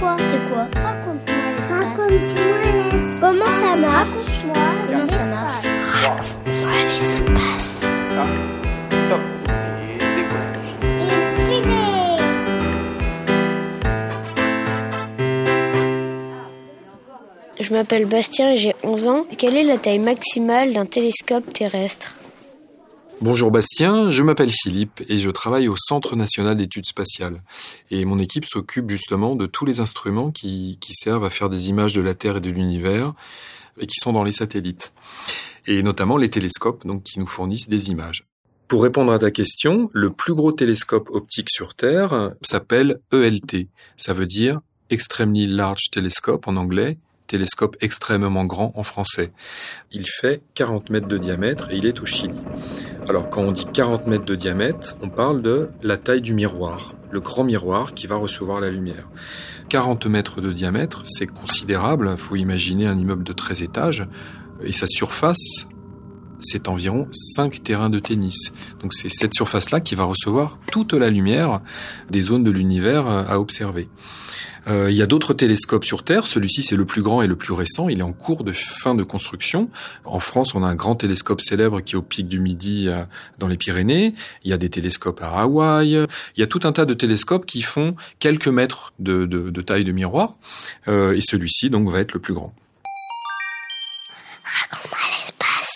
quoi? C'est quoi? Raconte-moi l'espace. Raconte-moi l'espace. Comment ça marche? Raconte-moi Comment ça marche? Raconte-moi l'espace. Top. Et décollage. Je m'appelle Bastien et j'ai 11 ans. Quelle est la taille maximale d'un télescope terrestre? Bonjour Bastien, je m'appelle Philippe et je travaille au Centre national d'études spatiales. Et mon équipe s'occupe justement de tous les instruments qui servent à faire des images de la Terre et de l'univers et qui sont dans les satellites. Et notamment les télescopes donc, qui nous fournissent des images. Pour répondre à ta question, le plus gros télescope optique sur Terre s'appelle ELT. Ça veut dire Extremely Large Telescope en anglais, télescope extrêmement grand en français. Il fait 40 mètres de diamètre et il est au Chili. Alors quand on dit 40 mètres de diamètre, on parle de la taille du miroir, le grand miroir qui va recevoir la lumière. 40 mètres de diamètre, c'est considérable, il faut imaginer un immeuble de 13 étages, et sa surface, c'est environ 5 terrains de tennis. Donc c'est cette surface-là qui va recevoir toute la lumière des zones de l'univers à observer. Il y a d'autres télescopes sur Terre. Celui-ci, c'est le plus grand et le plus récent. Il est en cours de fin de construction. En France, on a un grand télescope célèbre qui est au pic du Midi dans les Pyrénées. Il y a des télescopes à Hawaï. Il y a tout un tas de télescopes qui font quelques mètres de taille de miroir. Et celui-ci, donc, va être le plus grand. Raconte-moi l'espace.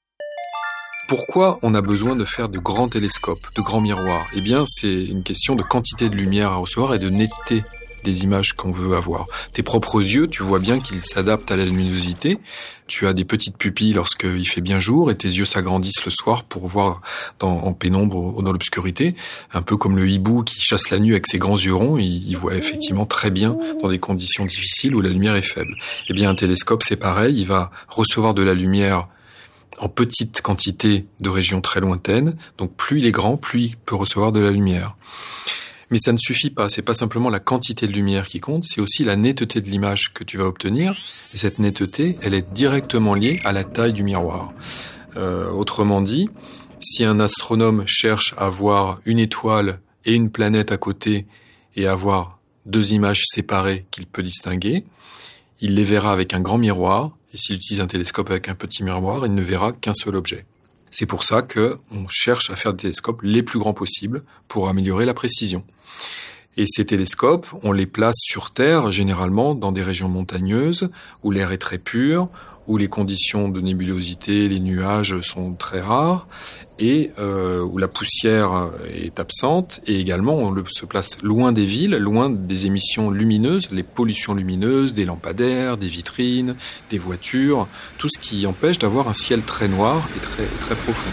Pourquoi on a besoin de faire de grands télescopes, de grands miroirs? Eh bien, c'est une question de quantité de lumière à recevoir et de netteté des images qu'on veut avoir. Tes propres yeux, tu vois bien qu'ils s'adaptent à la luminosité. Tu as des petites pupilles lorsqu'il fait bien jour et tes yeux s'agrandissent le soir pour voir en pénombre ou dans l'obscurité. Un peu comme le hibou qui chasse la nuit avec ses grands yeux ronds, il voit effectivement très bien dans des conditions difficiles où la lumière est faible. Eh bien, un télescope, c'est pareil, il va recevoir de la lumière en petite quantité de régions très lointaines. Donc plus il est grand, plus il peut recevoir de la lumière. Mais ça ne suffit pas, c'est pas simplement la quantité de lumière qui compte, c'est aussi la netteté de l'image que tu vas obtenir. Et cette netteté, elle est directement liée à la taille du miroir. Autrement dit, si un astronome cherche à voir une étoile et une planète à côté et à avoir deux images séparées qu'il peut distinguer, il les verra avec un grand miroir, et s'il utilise un télescope avec un petit miroir, il ne verra qu'un seul objet. C'est pour ça qu'on cherche à faire des télescopes les plus grands possibles pour améliorer la précision. Et ces télescopes, on les place sur Terre, généralement dans des régions montagneuses, où l'air est très pur, où les conditions de nébulosité, les nuages sont très rares, et où la poussière est absente, et également on se place loin des villes, loin des émissions lumineuses, les pollutions lumineuses, des lampadaires, des vitrines, des voitures, tout ce qui empêche d'avoir un ciel très noir et très profond.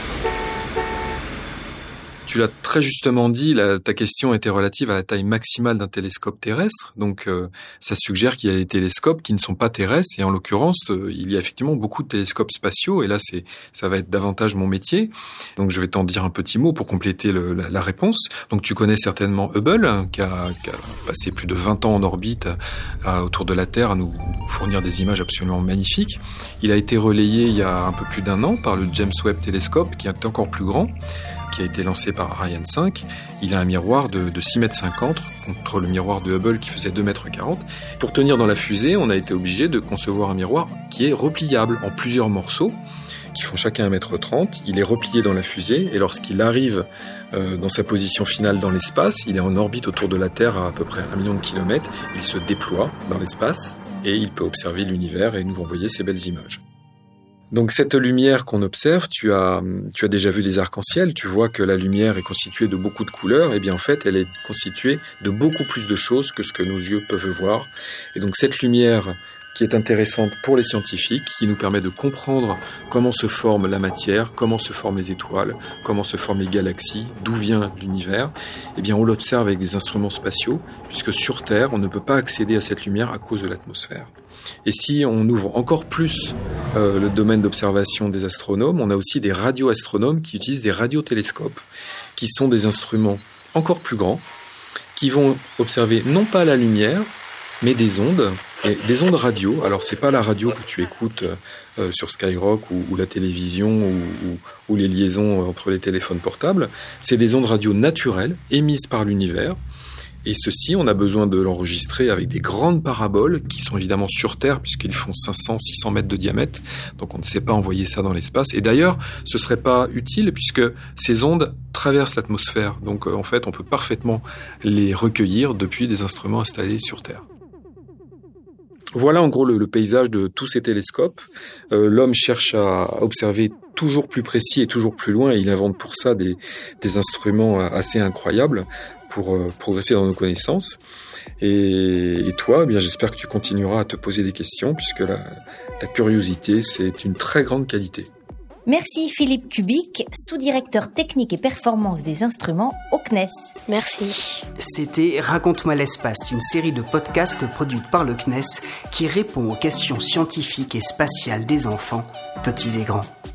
Tu l'as très justement dit, ta question était relative à la taille maximale d'un télescope terrestre. Donc, ça suggère qu'il y a des télescopes qui ne sont pas terrestres. Et en l'occurrence, il y a effectivement beaucoup de télescopes spatiaux. Et là, ça va être davantage mon métier. Donc, je vais t'en dire un petit mot pour compléter la réponse. Donc, tu connais certainement Hubble, qui a passé plus de 20 ans en orbite autour de la Terre à nous fournir des images absolument magnifiques. Il a été relayé il y a un peu plus d'1 an par le James Webb Telescope, qui est encore plus grand, qui a été lancé par Ariane 5. Il a un miroir de 6,50 mètres contre le miroir de Hubble qui faisait 2,40 mètres. Pour tenir dans la fusée, on a été obligé de concevoir un miroir qui est repliable en plusieurs morceaux qui font chacun 1,30 mètre. Il est replié dans la fusée et lorsqu'il arrive dans sa position finale dans l'espace, il est en orbite autour de la Terre à peu près 1 million de kilomètres. Il se déploie dans l'espace et il peut observer l'univers et nous envoyer ces belles images. Donc cette lumière qu'on observe, tu as déjà vu des arcs-en-ciel, tu vois que la lumière est constituée de beaucoup de couleurs, et bien en fait elle est constituée de beaucoup plus de choses que ce que nos yeux peuvent voir. Et donc cette lumière qui est intéressante pour les scientifiques, qui nous permet de comprendre comment se forme la matière, comment se forment les étoiles, comment se forment les galaxies, d'où vient l'univers, eh bien on l'observe avec des instruments spatiaux, puisque sur Terre on ne peut pas accéder à cette lumière à cause de l'atmosphère. Et si on ouvre encore plus le domaine d'observation des astronomes, on a aussi des radioastronomes qui utilisent des radiotélescopes, qui sont des instruments encore plus grands, qui vont observer non pas la lumière, mais des ondes radio. Alors c'est pas la radio que tu écoutes sur Skyrock ou la télévision ou les liaisons entre les téléphones portables, c'est des ondes radio naturelles émises par l'univers Et ceci, on a besoin de l'enregistrer avec des grandes paraboles qui sont évidemment sur Terre puisqu'ils font 500-600 mètres de diamètre. Donc on ne sait pas envoyer ça dans l'espace. Et d'ailleurs, ce serait pas utile puisque ces ondes traversent l'atmosphère. Donc en fait, on peut parfaitement les recueillir depuis des instruments installés sur Terre. Voilà en gros le paysage de tous ces télescopes. L'homme cherche à observer toujours plus précis et toujours plus loin et il invente pour ça des instruments assez incroyables pour progresser dans nos connaissances. Et toi, eh bien, j'espère que tu continueras à te poser des questions puisque la curiosité, c'est une très grande qualité. Merci Philippe Kubik, sous-directeur technique et performance des instruments au CNES. Merci. C'était Raconte-moi l'espace, une série de podcasts produite par le CNES qui répond aux questions scientifiques et spatiales des enfants, petits et grands.